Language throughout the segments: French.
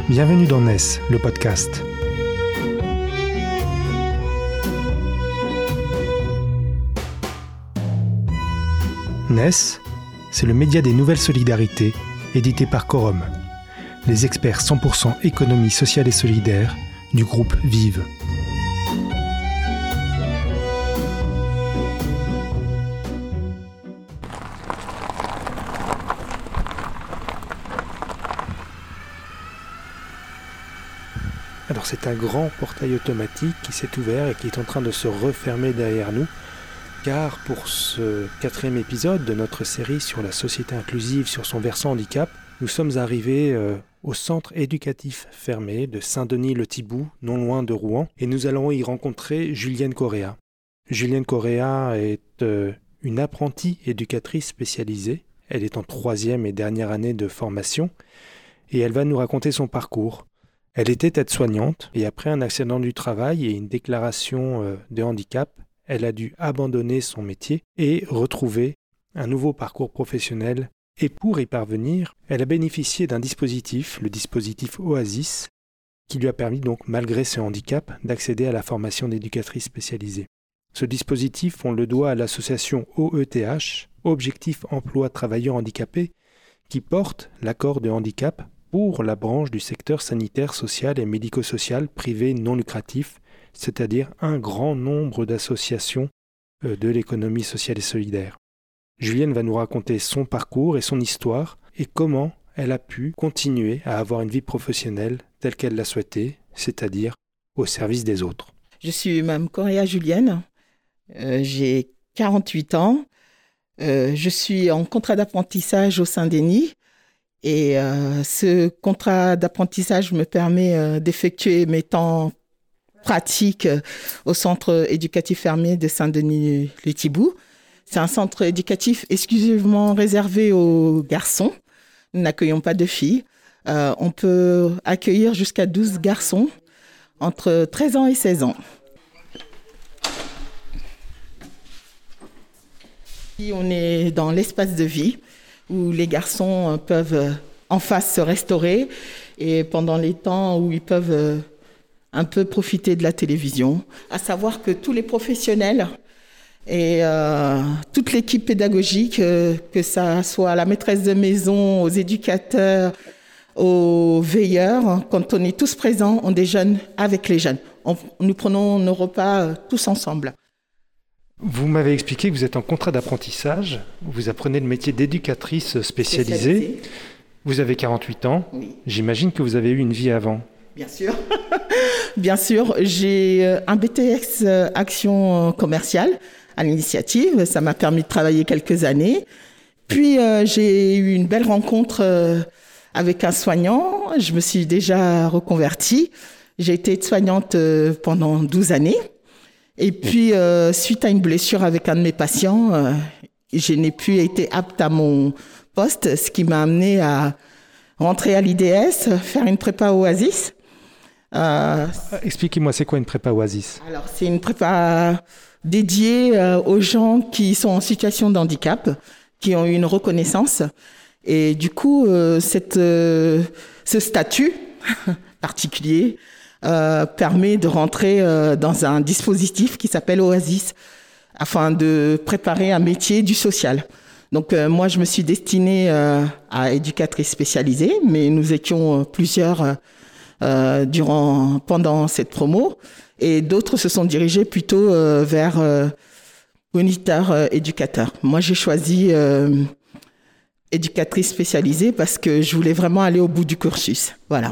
Bienvenue dans NES, le podcast. NES, c'est le média des nouvelles solidarités, édité par Quorum, les experts 100% économie sociale et solidaire du groupe Vive. Alors c'est un grand portail automatique qui s'est ouvert et qui est en train de se refermer derrière nous, car pour ce 4e épisode de notre série sur la société inclusive sur son versant handicap, nous sommes arrivés au centre éducatif fermé de Saint-Denis-le-Thibou, non loin de Rouen, et nous allons y rencontrer Julienne Correa. Julienne Correa est une apprentie éducatrice spécialisée. Elle est en 3e et dernière année de formation, et elle va nous raconter son parcours. Elle était aide-soignante et après un accident du travail et une déclaration de handicap, elle a dû abandonner son métier et retrouver un nouveau parcours professionnel. Et pour y parvenir, elle a bénéficié d'un dispositif, le dispositif Oasis, qui lui a permis donc, malgré ce handicap, d'accéder à la formation d'éducatrice spécialisée. Ce dispositif, on le doit à l'association OETH, Objectif Emploi Travailleurs Handicapés, qui porte l'accord de handicap pour la branche du secteur sanitaire, social et médico-social privé non lucratif, c'est-à-dire un grand nombre d'associations de l'économie sociale et solidaire. Julienne va nous raconter son parcours et son histoire et comment elle a pu continuer à avoir une vie professionnelle telle qu'elle l'a souhaité, c'est-à-dire au service des autres. Je suis Mme Correa Julienne, j'ai 48 ans, je suis en contrat d'apprentissage au Saint-Denis. Et ce contrat d'apprentissage me permet d'effectuer mes temps pratiques au centre éducatif fermé de Saint-Denis-le-Thibou. C'est un centre éducatif exclusivement réservé aux garçons. Nous n'accueillons pas de filles. On peut accueillir jusqu'à 12 garçons entre 13 ans et 16 ans. On est dans l'espace de vie où les garçons peuvent en face se restaurer et pendant les temps où ils peuvent un peu profiter de la télévision. À savoir que tous les professionnels et toute l'équipe pédagogique, que ça soit la maîtresse de maison, aux éducateurs, aux veilleurs, quand on est tous présents, on déjeune avec les jeunes. Nous prenons nos repas tous ensemble. Vous m'avez expliqué que vous êtes en contrat d'apprentissage, vous apprenez le métier d'éducatrice spécialisée. Vous avez 48 ans, oui. J'imagine que vous avez eu une vie avant. Bien sûr, bien sûr. J'ai un BTS Action commerciale à l'initiative, ça m'a permis de travailler quelques années. Puis j'ai eu une belle rencontre avec un soignant, je me suis déjà reconvertie. J'ai été soignante pendant 12 années. Et puis, suite à une blessure avec un de mes patients, je n'ai plus été apte à mon poste, ce qui m'a amené à rentrer à l'IDS, faire une prépa Oasis. Expliquez-moi, c'est quoi une prépa Oasis ? Alors, c'est une prépa dédiée aux gens qui sont en situation de handicap, qui ont eu une reconnaissance. Et du coup, ce statut particulier permet de rentrer dans un dispositif qui s'appelle Oasis, afin de préparer un métier du social. Donc moi, je me suis destinée à éducatrice spécialisée, mais nous étions plusieurs pendant cette promo, et d'autres se sont dirigés plutôt vers moniteur éducateur. Moi, j'ai choisi éducatrice spécialisée parce que je voulais vraiment aller au bout du cursus. Voilà.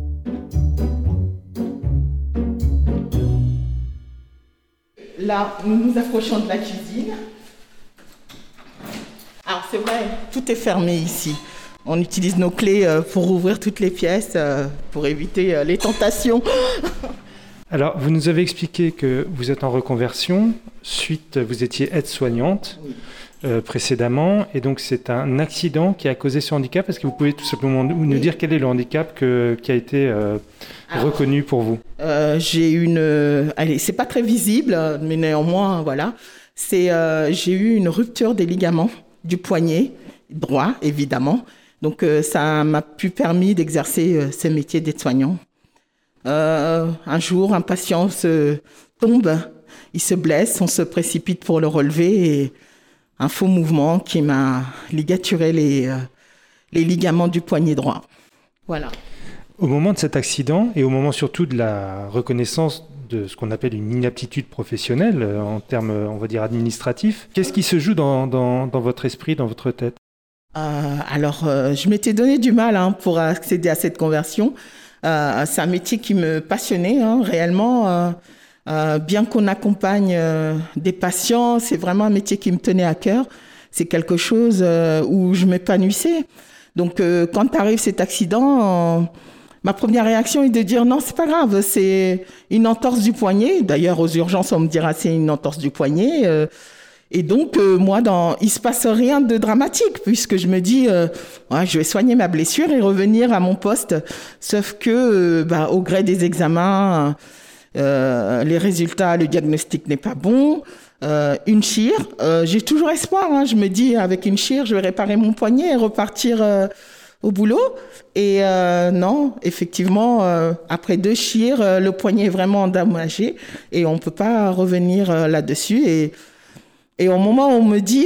Là, nous nous approchons de la cuisine. Alors, c'est vrai, tout est fermé ici. On utilise nos clés pour ouvrir toutes les pièces, pour éviter les tentations. Alors, vous nous avez expliqué que vous êtes en reconversion. Vous étiez aide-soignante précédemment. Et donc, c'est un accident qui a causé ce handicap. Est-ce que vous pouvez tout simplement nous dire quel est le handicap qui a été reconnu pour vous ? C'est pas très visible, mais néanmoins, voilà. J'ai eu une rupture des ligaments du poignet droit, évidemment, Donc, ça m'a permis d'exercer ce métier d'aide-soignant. Un jour, un patient tombe, il se blesse, on se précipite pour le relever et un faux mouvement qui m'a ligaturé les ligaments du poignet droit. Voilà. Au moment de cet accident et au moment surtout de la reconnaissance de ce qu'on appelle une inaptitude professionnelle en termes, on va dire, administratifs, qu'est-ce qui se joue dans votre esprit, dans votre tête ? Je m'étais donné du mal pour accéder à cette conversion. C'est un métier qui me passionnait réellement. Bien qu'on accompagne des patients, c'est vraiment un métier qui me tenait à cœur. C'est quelque chose où je m'épanouissais. Donc, quand arrive cet accident, ma première réaction est de dire non, c'est pas grave, c'est une entorse du poignet. D'ailleurs, aux urgences, on me dira c'est une entorse du poignet. Et donc, moi, il se passe rien de dramatique puisque je me dis, je vais soigner ma blessure et revenir à mon poste. Sauf que, au gré des examens, les résultats, le diagnostic n'est pas bon. Une chire, j'ai toujours espoir. Je me dis, avec une chire, je vais réparer mon poignet et repartir au boulot. Et non, effectivement, après 2 chires, le poignet est vraiment endommagé et on ne peut pas revenir là-dessus. Et au moment où on me dit...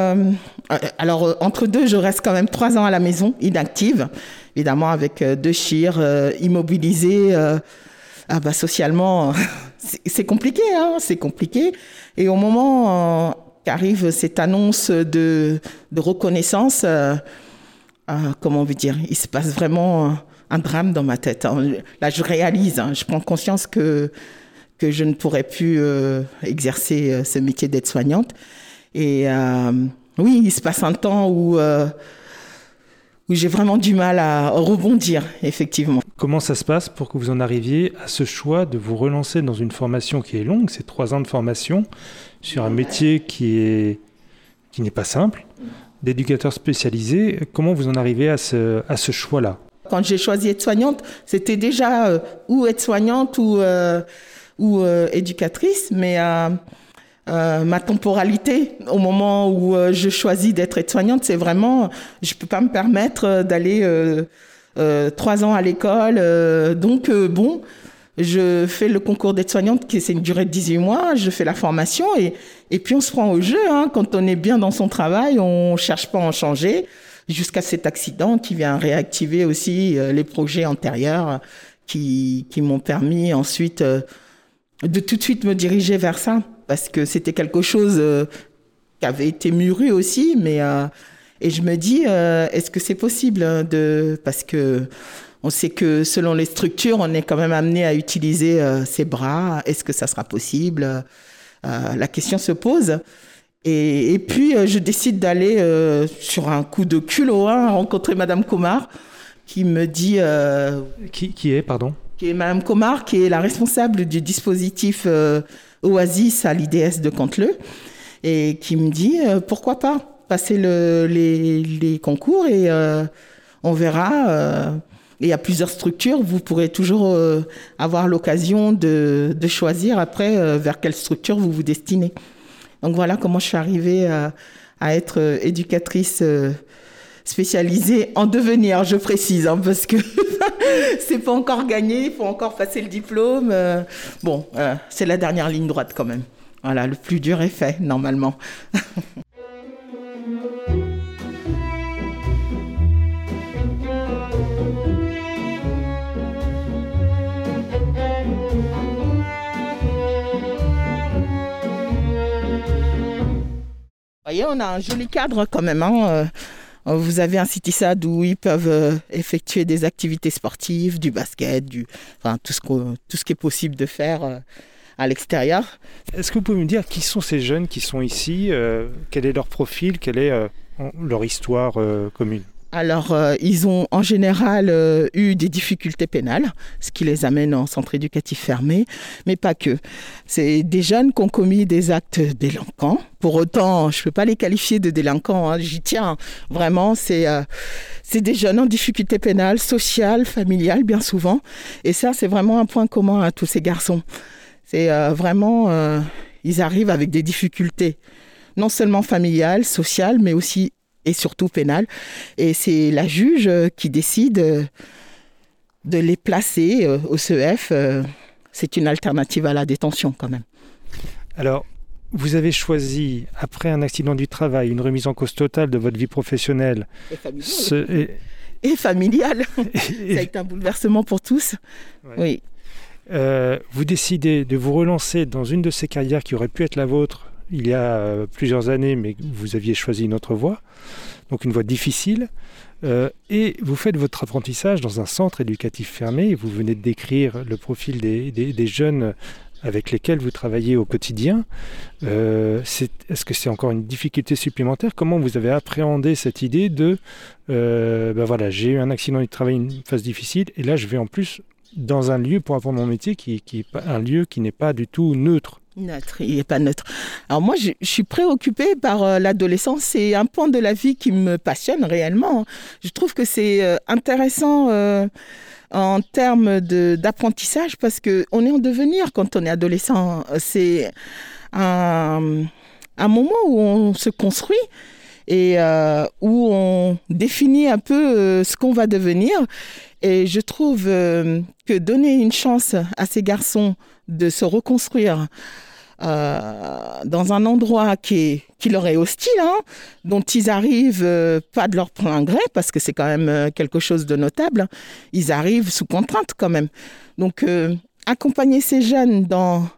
entre deux, je reste quand même 3 ans à la maison, inactive, évidemment, avec 2 chires immobilisées. Socialement, c'est compliqué, c'est compliqué. Et au moment qu'arrive cette annonce de reconnaissance, comment on veut dire, il se passe vraiment un drame dans ma tête. Là, je réalise, je prends conscience que je ne pourrais plus exercer ce métier d'aide-soignante. Et oui, il se passe un temps où j'ai vraiment du mal à rebondir, effectivement. Comment ça se passe pour que vous en arriviez à ce choix de vous relancer dans une formation qui est longue, c'est 3 ans de formation, sur un métier qui n'est pas simple, d'éducateur spécialisé. Comment vous en arrivez à ce choix-là ? Quand j'ai choisi aide-soignante, c'était déjà ou aide-soignante ou éducatrice, mais ma temporalité au moment où je choisis d'être aide-soignante, c'est vraiment, je peux pas me permettre d'aller 3 ans à l'école. Donc je fais le concours d'aide-soignante, c'est une durée de 18 mois, je fais la formation et puis on se prend au jeu. Quand on est bien dans son travail, on cherche pas à en changer, jusqu'à cet accident qui vient réactiver aussi les projets antérieurs qui m'ont permis ensuite de tout de suite me diriger vers ça, parce que c'était quelque chose qui avait été mûri aussi, et je me dis, est-ce que c'est possible parce que on sait que selon les structures, on est quand même amené à utiliser ses bras. Est-ce que ça sera possible ? La question se pose. Et puis, je décide d'aller sur un coup de culot, rencontrer Madame Comard, qui me dit... Qui est, pardon ? Qui est Madame Comard, qui est la responsable du dispositif Oasis à l'IDS de Canteleu, et qui me dit, pourquoi pas passer les concours et on verra. Il y a plusieurs structures, vous pourrez toujours avoir l'occasion de choisir après vers quelle structure vous vous destinez. Donc voilà comment je suis arrivée à être éducatrice spécialisée en devenir, je précise, parce que c'est pas encore gagné, il faut encore passer le diplôme. C'est la dernière ligne droite quand même. Voilà, le plus dur est fait, normalement. Vous voyez, on a un joli cadre quand même. Vous avez un CitySad où ils peuvent effectuer des activités sportives, du basket, tout ce qui est possible de faire à l'extérieur. Est-ce que vous pouvez me dire qui sont ces jeunes qui sont ici ? Quel est leur profil ? Quelle est leur histoire commune ? Alors, ils ont en général eu des difficultés pénales, ce qui les amène en centre éducatif fermé, mais pas que. C'est des jeunes qui ont commis des actes délinquants. Pour autant, je ne peux pas les qualifier de délinquants, j'y tiens. Vraiment, c'est des jeunes en difficulté pénale, sociale, familiale, bien souvent. Et ça, c'est vraiment un point commun à tous ces garçons. C'est vraiment, ils arrivent avec des difficultés, non seulement familiales, sociales, mais aussi et surtout pénales. Et c'est la juge qui décide de les placer au CEF. C'est une alternative à la détention quand même. Alors, vous avez choisi, après un accident du travail, une remise en cause totale de votre vie professionnelle. Et familiale. Ça a été un bouleversement pour tous. Ouais. Oui. Vous décidez de vous relancer dans une de ces carrières qui aurait pu être la vôtre il y a plusieurs années, mais vous aviez choisi une autre voie, donc une voie difficile. Et vous faites votre apprentissage dans un centre éducatif fermé. Vous venez de décrire le profil des jeunes avec lesquels vous travaillez au quotidien. Est-ce que c'est encore une difficulté supplémentaire ? Comment vous avez appréhendé cette idée de j'ai eu un accident du travail, une phase difficile, et là je vais en plus dans un lieu pour apprendre mon métier qui est un lieu qui n'est pas du tout neutre. Il n'est pas neutre. Alors moi, je suis préoccupée par l'adolescence. C'est un pan de la vie qui me passionne réellement. Je trouve que c'est intéressant en termes d'apprentissage parce qu'on est en devenir quand on est adolescent. C'est un moment où on se construit et où on définit un peu ce qu'on va devenir. Et je trouve que donner une chance à ces garçons de se reconstruire dans un endroit qui leur est hostile, dont ils arrivent pas de leur plein gré, parce que c'est quand même quelque chose de notable, ils arrivent sous contrainte quand même. Donc, accompagner ces jeunes dans...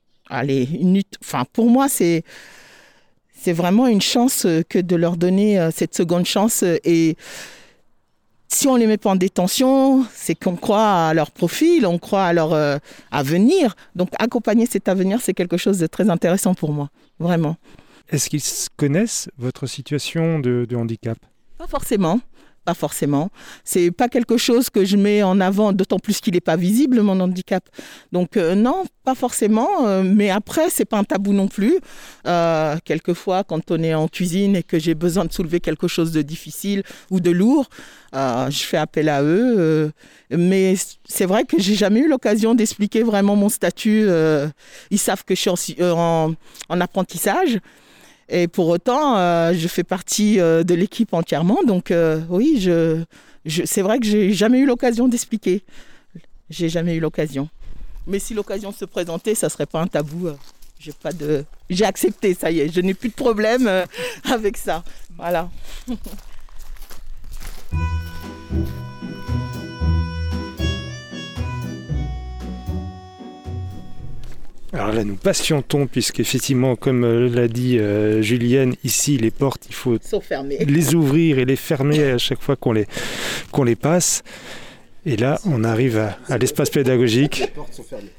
pour moi, c'est vraiment une chance que de leur donner cette seconde chance. Et si on ne les met pas en détention, c'est qu'on croit à leur profil, on croit à leur avenir. Donc, accompagner cet avenir, c'est quelque chose de très intéressant pour moi, vraiment. Est-ce qu'ils connaissent votre situation de handicap ? Pas forcément. Pas forcément. C'est pas quelque chose que je mets en avant, d'autant plus qu'il n'est pas visible, mon handicap. Donc non, pas forcément. Mais après, c'est pas un tabou non plus. Quelquefois, quand on est en cuisine et que j'ai besoin de soulever quelque chose de difficile ou de lourd, je fais appel à eux. Mais c'est vrai que j'ai jamais eu l'occasion d'expliquer vraiment mon statut. Ils savent que je suis en apprentissage. Et pour autant, je fais partie de l'équipe entièrement. Donc oui, c'est vrai que j'ai jamais eu l'occasion d'expliquer. J'ai jamais eu l'occasion. Mais si l'occasion se présentait, ça serait pas un tabou. J'ai accepté, ça y est. Je n'ai plus de problème avec ça. Voilà. Alors là, nous patientons, puisqu'effectivement, comme l'a dit Julienne, ici, les portes, il faut les ouvrir et les fermer à chaque fois qu'on les passe. Et là, on arrive à l'espace pédagogique. Les portes sont fermées.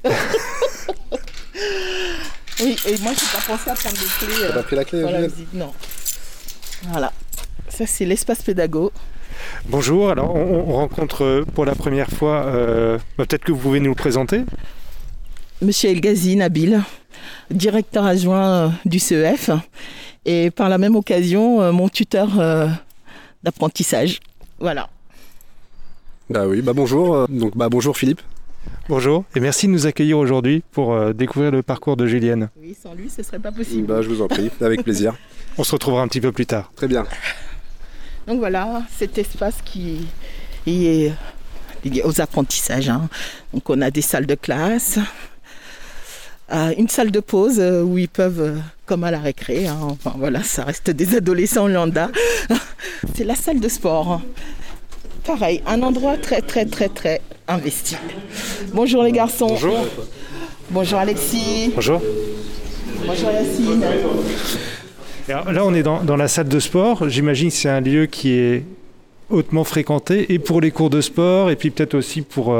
Oui, et moi, je n'ai pas pensé à prendre les clés. Tu n'as pas pris la clé, Julienne ? Non. Voilà. Ça, c'est l'espace pédago. Bonjour, alors on rencontre pour la première fois, peut-être que vous pouvez nous le présenter ? Monsieur El-Ghazi Nabil, directeur adjoint du CEF et par la même occasion mon tuteur d'apprentissage. Voilà. Bonjour. Bonjour Philippe. Bonjour et merci de nous accueillir aujourd'hui pour découvrir le parcours de Julienne. Oui, sans lui ce serait pas possible. Je vous en prie, avec plaisir. On se retrouvera un petit peu plus tard. Très bien. Donc voilà, cet espace qui est lié aux apprentissages. Donc on a des salles de classe. Une salle de pause où ils peuvent, comme à la récré, ça reste des adolescents lambda. C'est la salle de sport. Pareil, un endroit très, très, très, très investi. Bonjour les garçons. Bonjour. Bonjour Alexis. Bonjour. Bonjour Yacine. Alors, là, on est dans la salle de sport. J'imagine que c'est un lieu qui est hautement fréquenté et pour les cours de sport et puis peut-être aussi pour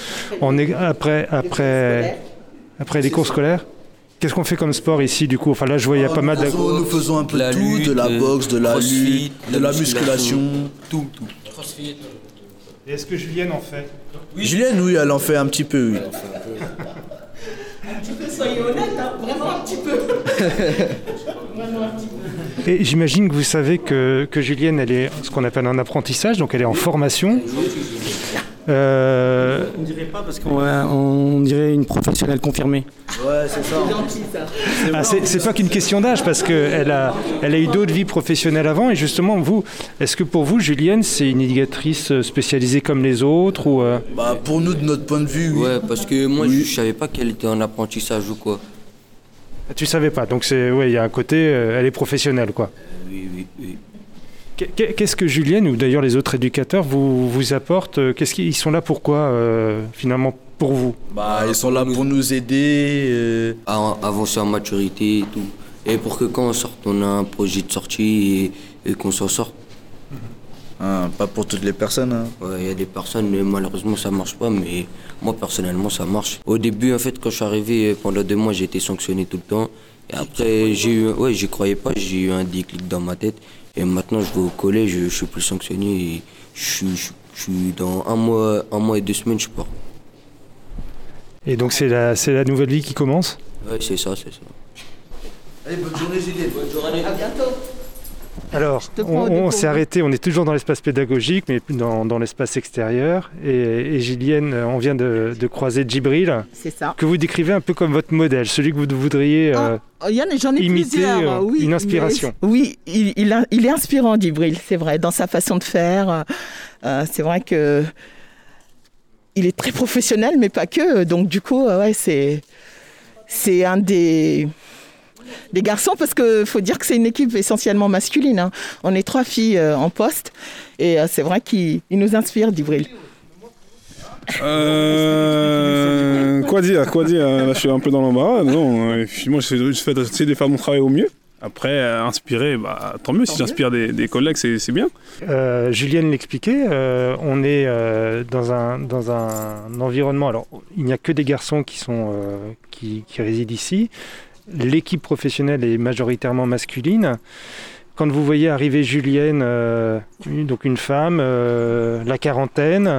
après les cours scolaires. Qu'est-ce qu'on fait comme sport ici du coup ? Enfin là je vois il y a pas mal de... Nous faisons un peu de tout, lutte, de la boxe, de la lutte, de la musculation, tout. Crossfit. Et est-ce que Julienne en fait ? Oui. Julienne, oui, elle en fait un petit peu, oui. Un petit peu, soyez honnête, vraiment un petit peu. Vraiment un petit peu. Et j'imagine que vous savez que Julienne, elle est ce qu'on appelle un apprentissage, donc elle est en formation. On dirait pas parce qu'on dirait une professionnelle confirmée. Ouais, c'est ça. C'est gentil, ça. C'est pas qu'une question d'âge, parce qu'elle a eu d'autres vies professionnelles avant. Et justement, est-ce que pour vous, Julienne, c'est une éducatrice spécialisée comme les autres ou Pour nous, de notre point de vue, oui. Ouais, parce que moi, je savais pas qu'elle était en apprentissage ou quoi. Tu savais pas, donc il y a un côté, elle est professionnelle, quoi. Oui. Qu'est-ce que Julienne, ou d'ailleurs les autres éducateurs, vous apportent? Ils sont là pourquoi, finalement, pour vous? Ils sont là pour nous aider. À avancer en maturité et tout. Et pour que quand on sorte, on a un projet de sortie et qu'on s'en sorte. Pas pour toutes les personnes. Ouais, il y a des personnes, mais malheureusement, ça marche pas. Mais moi, personnellement, ça marche. Au début, en fait, quand je suis arrivé, pendant 2 mois, j'ai été sanctionné tout le temps. Et après, j'y croyais pas, j'ai eu un déclic dans ma tête. Et maintenant, je vais au collège, je suis plus sanctionné. Et je suis dans un mois et 2 semaines, je pars. Et donc, c'est la nouvelle vie qui commence? Ouais, c'est ça. Allez, bonne journée, Julienne. Bonne journée. À bientôt. Alors, on s'est arrêté, on est toujours dans l'espace pédagogique, mais dans l'espace extérieur. Et Julienne, on vient de croiser Djibril, C'est ça. que vous décrivez un peu comme votre modèle, celui que vous voudriez J'en ai imiter plusieurs. Oui, une inspiration. Oui, il est inspirant, Djibril, c'est vrai, dans sa façon de faire. C'est vrai que il est très professionnel, mais pas que. Donc du coup, c'est un des garçons, parce qu'il faut dire que c'est une équipe essentiellement masculine. Hein. On est 3 filles en poste, et c'est vrai qu'il nous inspire, Djibril. Quoi dire Là, je suis un peu dans l'embarras. Non, moi, j'essaie de faire mon travail au mieux. Après, inspirer, tant mieux. Si j'inspire des collègues, c'est bien. Julienne l'expliquait, on est dans un environnement. Alors, il n'y a que des garçons qui résident ici. L'équipe professionnelle est majoritairement masculine. Quand vous voyez arriver Julienne, donc une femme, la quarantaine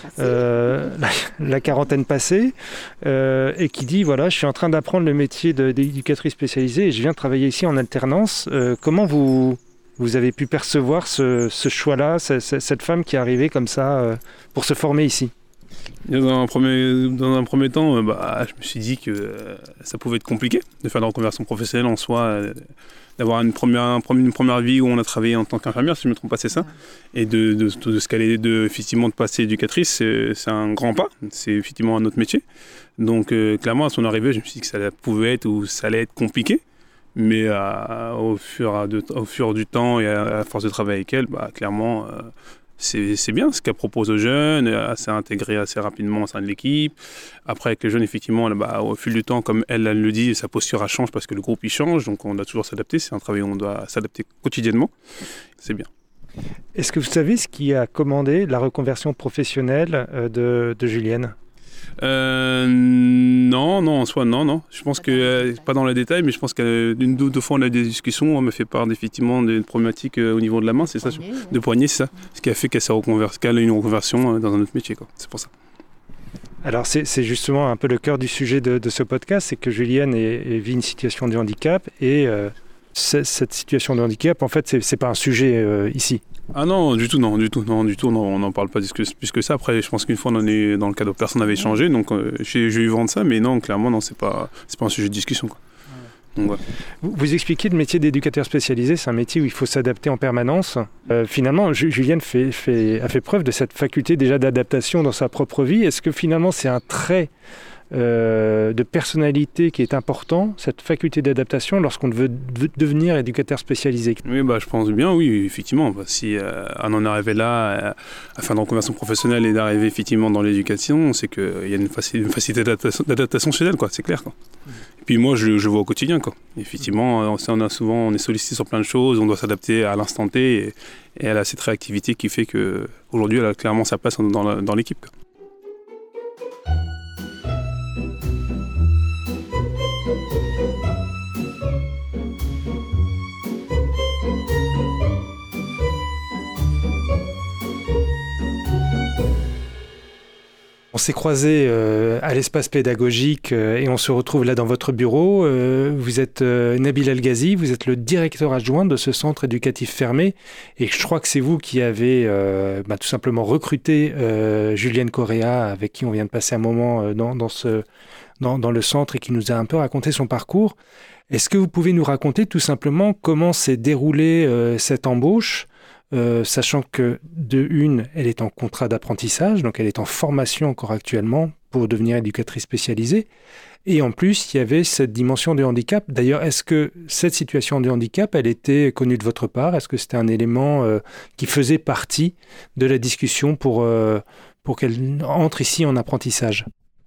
passée, et qui dit voilà, je suis en train d'apprendre le métier d'éducatrice spécialisée et je viens travailler ici en alternance. Comment vous avez pu percevoir ce choix-là, cette femme qui est arrivée comme ça pour se former ici? Dans un premier temps, je me suis dit que ça pouvait être compliqué de faire de la reconversion professionnelle en soi, d'avoir une première vie où on a travaillé en tant qu'infirmière, si je ne me trompe pas, c'est ça, et effectivement de passer éducatrice, c'est un grand pas, c'est effectivement un autre métier. Donc clairement, à son arrivée, je me suis dit que ça pouvait être ou ça allait être compliqué, mais au fur du temps et à force de travailler avec elle, clairement... C'est bien ce qu'elle propose aux jeunes, elle s'est intégrée assez rapidement au sein de l'équipe. Après, avec les jeunes, effectivement, au fil du temps, comme elle le dit, sa posture change parce que le groupe il change, donc on doit toujours s'adapter. C'est un travail où on doit s'adapter quotidiennement. C'est bien. Est-ce que vous savez ce qui a commandé la reconversion professionnelle de Julienne ? Non, en soi, non. Je pense que, pas dans les détails, mais je pense qu'une ou 2 fois on a eu des discussions, on me fait part effectivement d'une problématique au niveau de la main, c'est ça, de poignet, c'est ça, ce qui a fait qu'elle a une reconversion dans un autre métier, quoi. C'est pour ça. Alors c'est justement un peu le cœur du sujet de ce podcast, c'est que Julienne vit une situation de handicap et cette situation de handicap, en fait, c'est pas un sujet ici. Ah non, du tout, on n'en parle pas plus que ça. Après, je pense qu'une fois, on en est dans le cadre où personne n'avait échangé, donc j'ai eu vent de ça, mais non, clairement, non, c'est pas un sujet de discussion, quoi. Donc, ouais. Vous expliquez le métier d'éducateur spécialisé, c'est un métier où il faut s'adapter en permanence. Finalement, Julienne a fait preuve de cette faculté déjà d'adaptation dans sa propre vie. Est-ce que finalement, c'est un trait de personnalité qui est important, cette faculté d'adaptation, lorsqu'on veut devenir éducateur spécialisé? Oui, je pense bien, oui, effectivement. Si on en est arrivé là, à faire une reconversion professionnelle et d'arriver effectivement dans l'éducation, c'est qu'il y a une facilité d'adaptation chez elle, quoi, c'est clair, quoi. Et puis moi, je le vois au quotidien, quoi. Effectivement, on est sollicité sur plein de choses, on doit s'adapter à l'instant T, et elle a cette réactivité qui fait qu'aujourd'hui, elle a clairement sa place dans l'équipe, quoi. On s'est croisés à l'espace pédagogique et on se retrouve là dans votre bureau. Vous êtes Nabil El-Ghazi, vous êtes le directeur adjoint de ce centre éducatif fermé et je crois que c'est vous qui avez tout simplement recruté Julienne Correa, avec qui on vient de passer un moment dans le centre et qui nous a un peu raconté son parcours. Est-ce que vous pouvez nous raconter tout simplement comment s'est déroulée cette embauche ? Sachant que de une, elle est en contrat d'apprentissage, donc elle est en formation encore actuellement pour devenir éducatrice spécialisée. Et en plus, il y avait cette dimension de handicap. D'ailleurs, est-ce que cette situation de handicap, elle était connue de votre part ? Est-ce que c'était un élément qui faisait partie de la discussion pour qu'elle entre ici en apprentissage ?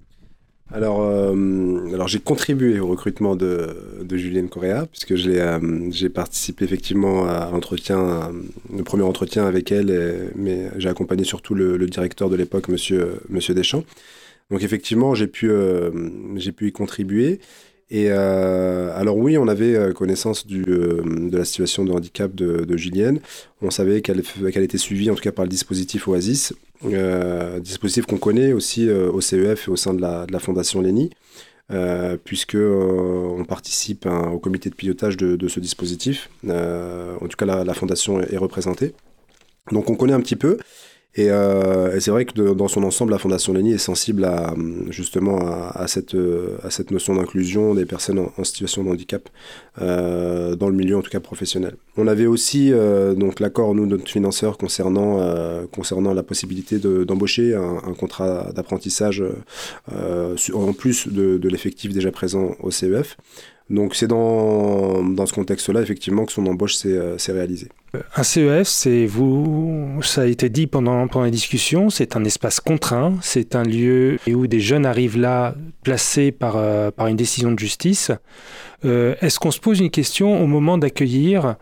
Alors j'ai contribué au recrutement de Julienne Correa, puisque j'ai participé effectivement à l'entretien, le premier entretien avec elle, mais j'ai accompagné surtout le directeur de l'époque, monsieur Deschamps. Donc effectivement, j'ai pu y contribuer. Et alors oui, on avait connaissance de la situation de handicap de Julienne. On savait qu'elle était suivie en tout cas par le dispositif Oasis, dispositif qu'on connaît aussi au CEF et au sein de la Fondation Leni, puisque on participe au comité de pilotage de ce dispositif. En tout cas, la Fondation est représentée. Donc on connaît un petit peu. Et c'est vrai que dans son ensemble, la Fondation Leni est sensible justement à cette notion d'inclusion des personnes en situation de handicap dans le milieu, en tout cas professionnel. On avait aussi donc l'accord, nous, de notre financeur concernant la possibilité d'embaucher un contrat d'apprentissage en plus de l'effectif déjà présent au CEF. Donc c'est dans ce contexte-là, effectivement, que son embauche s'est réalisée. Un CEF, ça a été dit pendant les discussions, c'est un espace contraint, c'est un lieu où des jeunes arrivent là, placés par une décision de justice. Est-ce qu'on se pose une question au moment d'accueillir,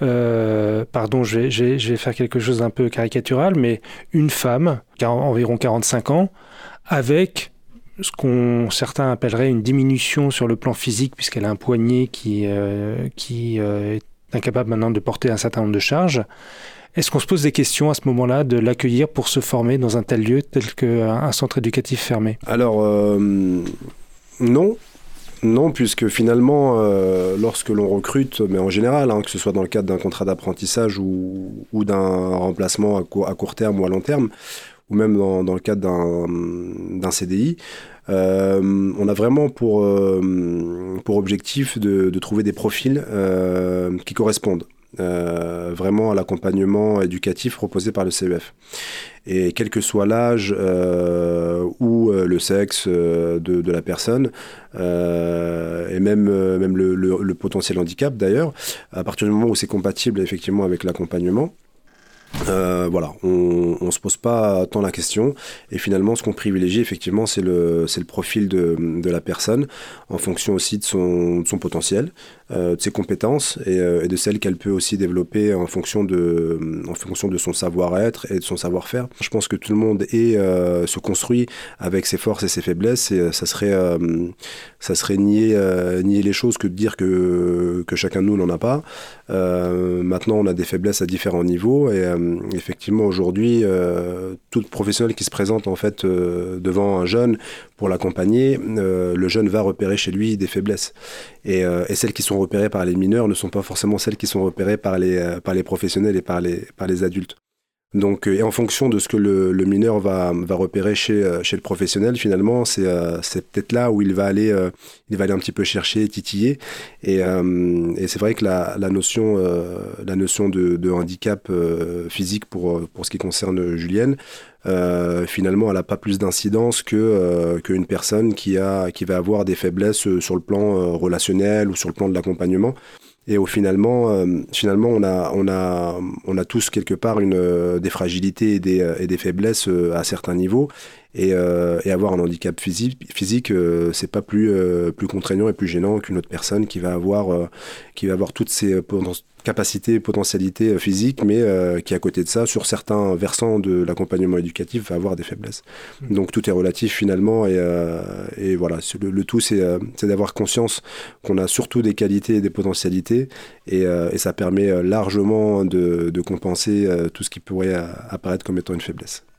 je vais faire quelque chose d'un peu caricatural, mais une femme, environ 45 ans, avec ce certains appelleraient une diminution sur le plan physique, puisqu'elle a un poignet qui est incapable maintenant de porter un certain nombre de charges. Est-ce qu'on se pose des questions à ce moment-là de l'accueillir pour se former dans un tel lieu, tel qu'un centre éducatif fermé ? Alors, non. Non, puisque finalement, lorsque l'on recrute, mais en général, que ce soit dans le cadre d'un contrat d'apprentissage ou d'un remplacement à court terme ou à long terme, ou même dans le cadre d'un CDI, on a vraiment pour objectif de trouver des profils qui correspondent vraiment à l'accompagnement éducatif proposé par le CEF. Et quel que soit l'âge ou le sexe de la personne, et même le potentiel handicap d'ailleurs, à partir du moment où c'est compatible effectivement avec l'accompagnement, on se pose pas tant la question, et finalement ce qu'on privilégie effectivement c'est le profil de la personne en fonction aussi de son potentiel, de ses compétences et de celles qu'elle peut aussi développer en fonction de son savoir-être et de son savoir-faire. Je pense que tout le monde se construit avec ses forces et ses faiblesses, et ça serait nier les choses que de dire que chacun de nous n'en a pas. Maintenant on a des faiblesses à différents niveaux, et effectivement aujourd'hui tout professionnel qui se présente en fait devant un jeune pour l'accompagner, le jeune va repérer chez lui des faiblesses, et celles qui sont repérées par les mineurs ne sont pas forcément celles qui sont repérées par les professionnels et par les adultes. Donc, et en fonction de ce que le mineur va repérer chez le professionnel, finalement, c'est peut-être là où il va aller un petit peu chercher, titiller. Et c'est vrai que la notion de handicap physique pour ce qui concerne Julienne, finalement, elle n'a pas plus d'incidence qu'une personne qui va avoir des faiblesses sur le plan relationnel ou sur le plan de l'accompagnement. Et finalement, on a tous quelque part des fragilités et des faiblesses à certains niveaux. Et avoir un handicap physique, c'est pas plus contraignant et plus gênant qu'une autre personne qui va avoir toutes ses capacités, potentialités physiques, mais qui à côté de ça, sur certains versants de l'accompagnement éducatif, va avoir des faiblesses. Donc tout est relatif finalement, et voilà, le tout c'est d'avoir conscience qu'on a surtout des qualités et des potentialités, et ça permet largement de compenser tout ce qui pourrait apparaître comme étant une faiblesse.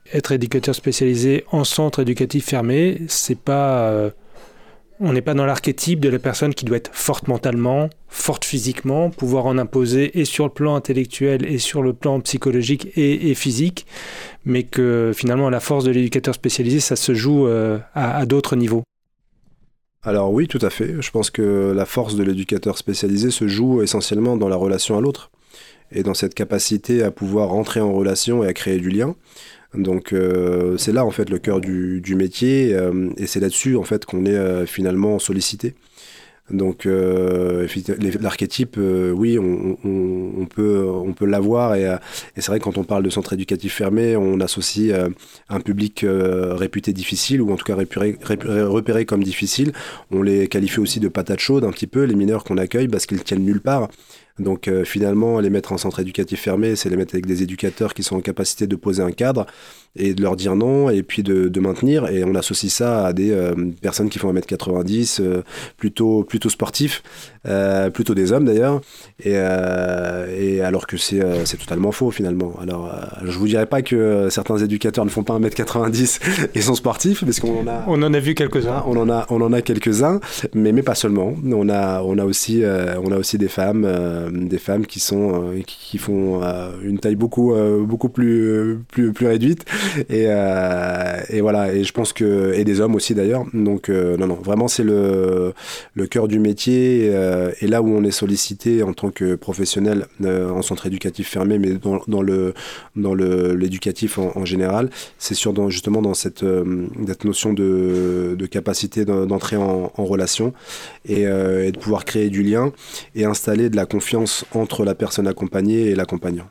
Être éducateur spécialisé en centre éducatif fermé, c'est pas, on n'est pas dans l'archétype de la personne qui doit être forte mentalement, forte physiquement, pouvoir en imposer et sur le plan intellectuel et sur le plan psychologique et physique, mais que finalement la force de l'éducateur spécialisé, ça se joue à d'autres niveaux. Alors oui, tout à fait. Je pense que la force de l'éducateur spécialisé se joue essentiellement dans la relation à l'autre et dans cette capacité à pouvoir rentrer en relation et à créer du lien. Donc c'est là en fait le cœur du métier et c'est là-dessus en fait qu'on est finalement sollicité. Donc l'archétype, oui, on peut l'avoir et c'est vrai que quand on parle de centre éducatif fermé, on associe un public réputé difficile ou en tout cas repéré comme difficile. On les qualifie aussi de patates chaudes un petit peu, les mineurs qu'on accueille parce qu'ils tiennent nulle part. Donc finalement, les mettre en centre éducatif fermé, c'est les mettre avec des éducateurs qui sont en capacité de poser un cadre et de leur dire non et puis de maintenir. Et on associe ça à des personnes qui font 1m90, plutôt sportifs, plutôt des hommes d'ailleurs. Et alors que c'est totalement faux finalement. Alors je vous dirais pas que certains éducateurs ne font pas 1m90 et sont sportifs, parce qu'on en a... On en a vu quelques-uns. On en a quelques-uns, mais pas seulement. On a aussi des femmes qui font une taille beaucoup plus réduite et voilà, et je pense que, et des hommes aussi d'ailleurs. Donc non, vraiment c'est le cœur du métier et là où on est sollicité en tant que professionnel en centre éducatif fermé, mais dans l'éducatif en général, c'est justement dans cette notion de capacité d'entrer en relation et de pouvoir créer du lien et installer de la confiance entre la personne accompagnée et l'accompagnant.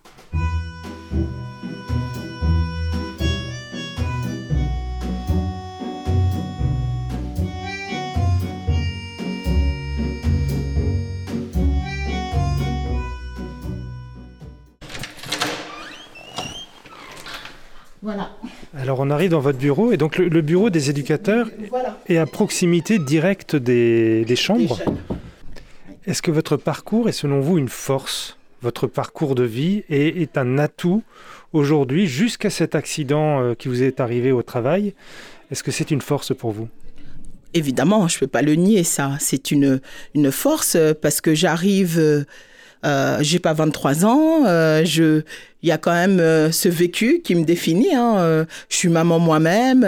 Voilà. Alors on arrive dans votre bureau et donc le bureau des éducateurs est à proximité directe des chambres. Est-ce que votre parcours est selon vous une force ? Votre parcours de vie est un atout aujourd'hui jusqu'à cet accident qui vous est arrivé au travail. Est-ce que c'est une force pour vous ? Évidemment, je ne peux pas le nier, ça. C'est une force parce que j'arrive... j'ai pas 23 ans, il y a quand même ce vécu qui me définit. Je suis maman moi-même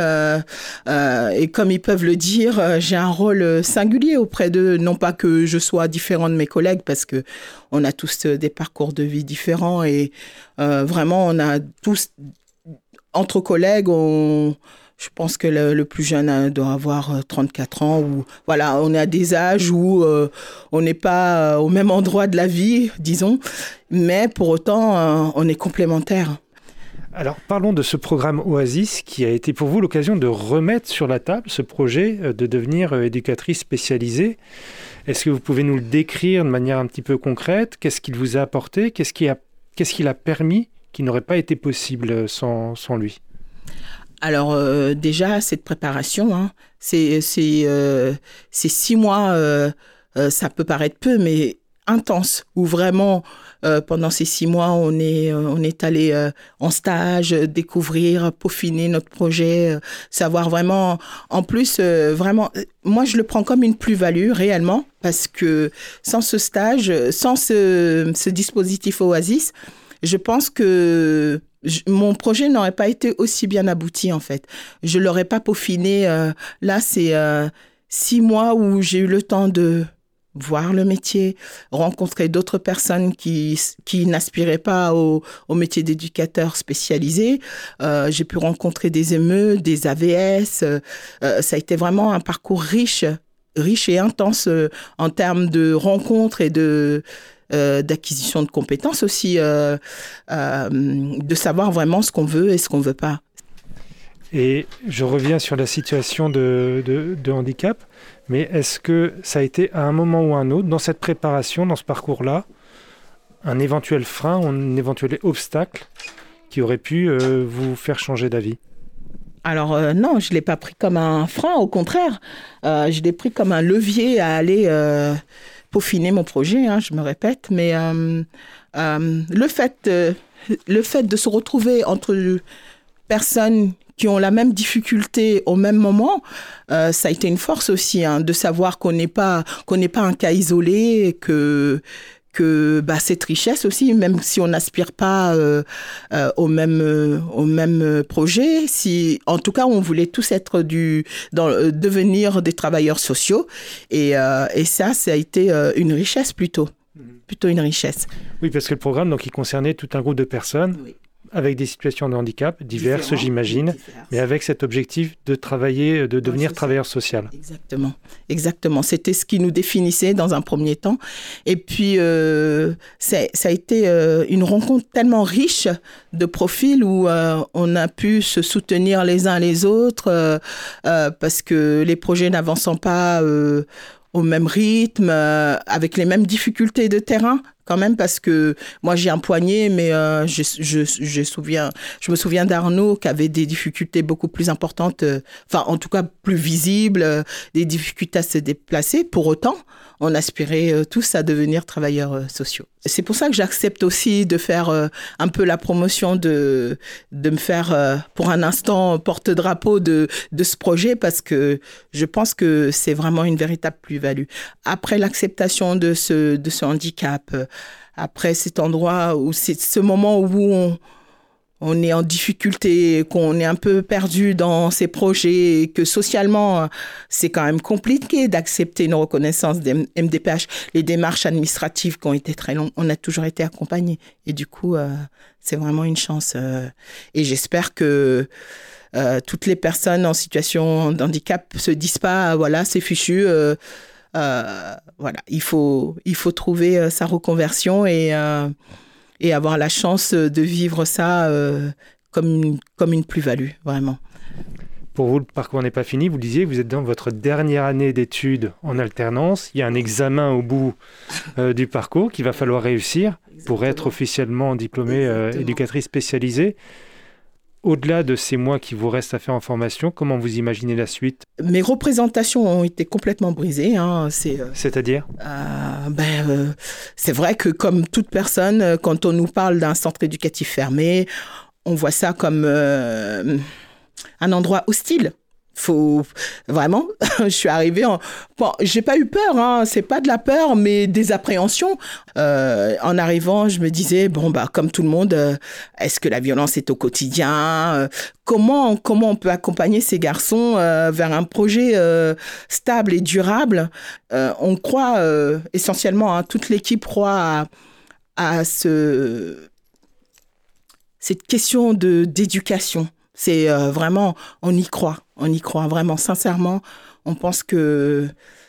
et comme ils peuvent le dire, j'ai un rôle singulier auprès d'eux. Non pas que je sois différent de mes collègues parce que on a tous des parcours de vie différents et vraiment on a tous entre collègues je pense que le plus jeune doit avoir 34 ans. Ou voilà, on est à des âges où on n'est pas au même endroit de la vie, disons, mais pour autant, on est complémentaires. Alors, parlons de ce programme Oasis qui a été pour vous l'occasion de remettre sur la table ce projet de devenir éducatrice spécialisée. Est-ce que vous pouvez nous le décrire de manière un petit peu concrète ? Qu'est-ce qu'il vous a apporté ? Qu'est-ce qu'il a permis qui n'aurait pas été possible sans lui ? Alors déjà, cette préparation, c'est 6 mois, ça peut paraître peu, mais intense, où vraiment, pendant ces 6 mois, on est allé en stage, découvrir, peaufiner notre projet, savoir vraiment, en plus, vraiment, moi je le prends comme une plus-value réellement, parce que sans ce stage, sans ce dispositif Oasis, je pense que mon projet n'aurait pas été aussi bien abouti, en fait. Je ne l'aurais pas peaufiné. Là, c'est 6 mois où j'ai eu le temps de voir le métier, rencontrer d'autres personnes qui n'aspiraient pas au métier d'éducateur spécialisé. J'ai pu rencontrer des ME, des AVS. Ça a été vraiment un parcours riche et intense en termes de rencontres et d'acquisition de compétences aussi, de savoir vraiment ce qu'on veut et ce qu'on ne veut pas. Et je reviens sur la situation de handicap, mais est-ce que ça a été à un moment ou à un autre, dans cette préparation, dans ce parcours-là, un éventuel frein, un éventuel obstacle qui aurait pu vous faire changer d'avis ? Alors non, je ne l'ai pas pris comme un frein, au contraire. Je l'ai pris comme un levier à aller peaufiner mon projet, je me répète. Mais le fait de se retrouver entre personnes qui ont la même difficulté au même moment, ça a été une force aussi, de savoir qu'on n'est pas un cas isolé, que cette richesse aussi, même si on n'aspire pas au même projet, si en tout cas on voulait tous être devenir des travailleurs sociaux, et ça a été une richesse plutôt une richesse. Oui, parce que le programme, donc, il concernait tout un groupe de personnes. Oui. Avec des situations de handicap diverses, j'imagine, mais avec cet objectif de travailler, de devenir travailleur social. Exactement. C'était ce qui nous définissait dans un premier temps. Et puis, ça a été une rencontre tellement riche de profils où on a pu se soutenir les uns les autres parce que les projets n'avançant pas au même rythme, avec les mêmes difficultés de terrain, quand même, parce que moi j'ai un poignet, mais je me souviens d'Arnaud qui avait des difficultés beaucoup plus importantes, en tout cas plus visibles, des difficultés à se déplacer. Pour autant, on aspirait tous à devenir travailleurs sociaux. C'est pour ça que j'accepte aussi de faire un peu la promotion, de me faire pour un instant porte-drapeau de ce projet, parce que je pense que c'est vraiment une véritable plus-value. Après l'acceptation de ce handicap, après cet endroit où c'est ce moment où on est en difficulté, qu'on est un peu perdu dans ces projets, et que socialement, c'est quand même compliqué d'accepter une reconnaissance des MDPH. Les démarches administratives qui ont été très longues, on a toujours été accompagnés. Et du coup, c'est vraiment une chance. Et j'espère que toutes les personnes en situation de handicap se disent pas, voilà, c'est fichu. Voilà, il faut trouver sa reconversion et avoir la chance de vivre ça comme une plus-value, vraiment. Pour vous, le parcours n'est pas fini. Vous le disiez, vous êtes dans votre dernière année d'études en alternance. Il y a un examen au bout du parcours qu'il va falloir réussir pour être officiellement diplômée éducatrice spécialisée. Au-delà de ces mois qui vous restent à faire en formation, comment vous imaginez la suite ? Mes représentations ont été complètement brisées. C'est-à-dire ? C'est vrai que comme toute personne, quand on nous parle d'un centre éducatif fermé, on voit ça comme un endroit hostile. Vraiment, je suis arrivée j'ai pas eu peur, c'est pas de la peur, mais des appréhensions. En arrivant, je me disais, comme tout le monde, est-ce que la violence est au quotidien ? Comment on peut accompagner ces garçons vers un projet stable et durable ? On croit essentiellement, toute l'équipe croit à cette question d'éducation. C'est vraiment, on y croit vraiment sincèrement. On pense que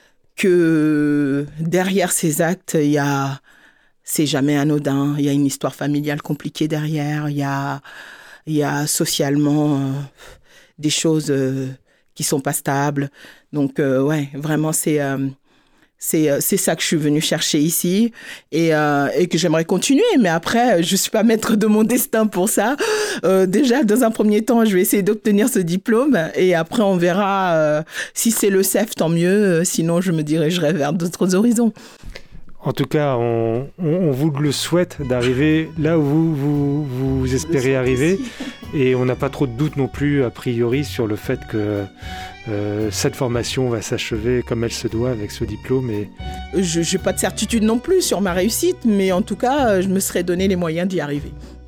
derrière ces actes, c'est jamais anodin. Il y a une histoire familiale compliquée derrière. Il y a socialement des choses qui sont pas stables. Donc vraiment c'est ça que je suis venue chercher ici et que j'aimerais continuer. Mais après, je suis pas maître de mon destin pour ça. Déjà, dans un premier temps, je vais essayer d'obtenir ce diplôme et après, on verra si c'est le CEF, tant mieux. Sinon, je me dirigerai vers d'autres horizons. En tout cas, on vous le souhaite d'arriver là où vous espérez arriver. Et on n'a pas trop de doute non plus, a priori, sur le fait que cette formation va s'achever comme elle se doit avec ce diplôme. Je n'ai pas de certitude non plus sur ma réussite, mais en tout cas, je me serais donné les moyens d'y arriver.